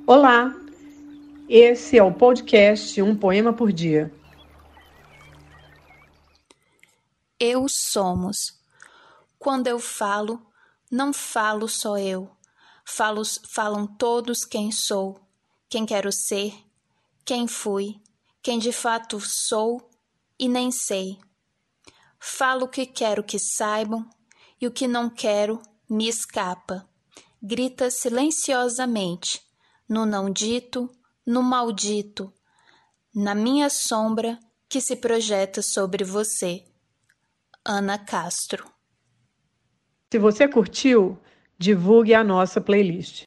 Olá, esse é o podcast Um Poema por Dia. Eu somos. Quando eu falo, não falo só eu. Falam todos quem sou, quem quero ser, quem fui, quem de fato sou e nem sei. Falo o que quero que saibam e o que não quero me escapa. Grita silenciosamente, no não dito, no maldito, na minha sombra que se projeta sobre você. Ana Castro. Se você curtiu, divulgue a nossa playlist.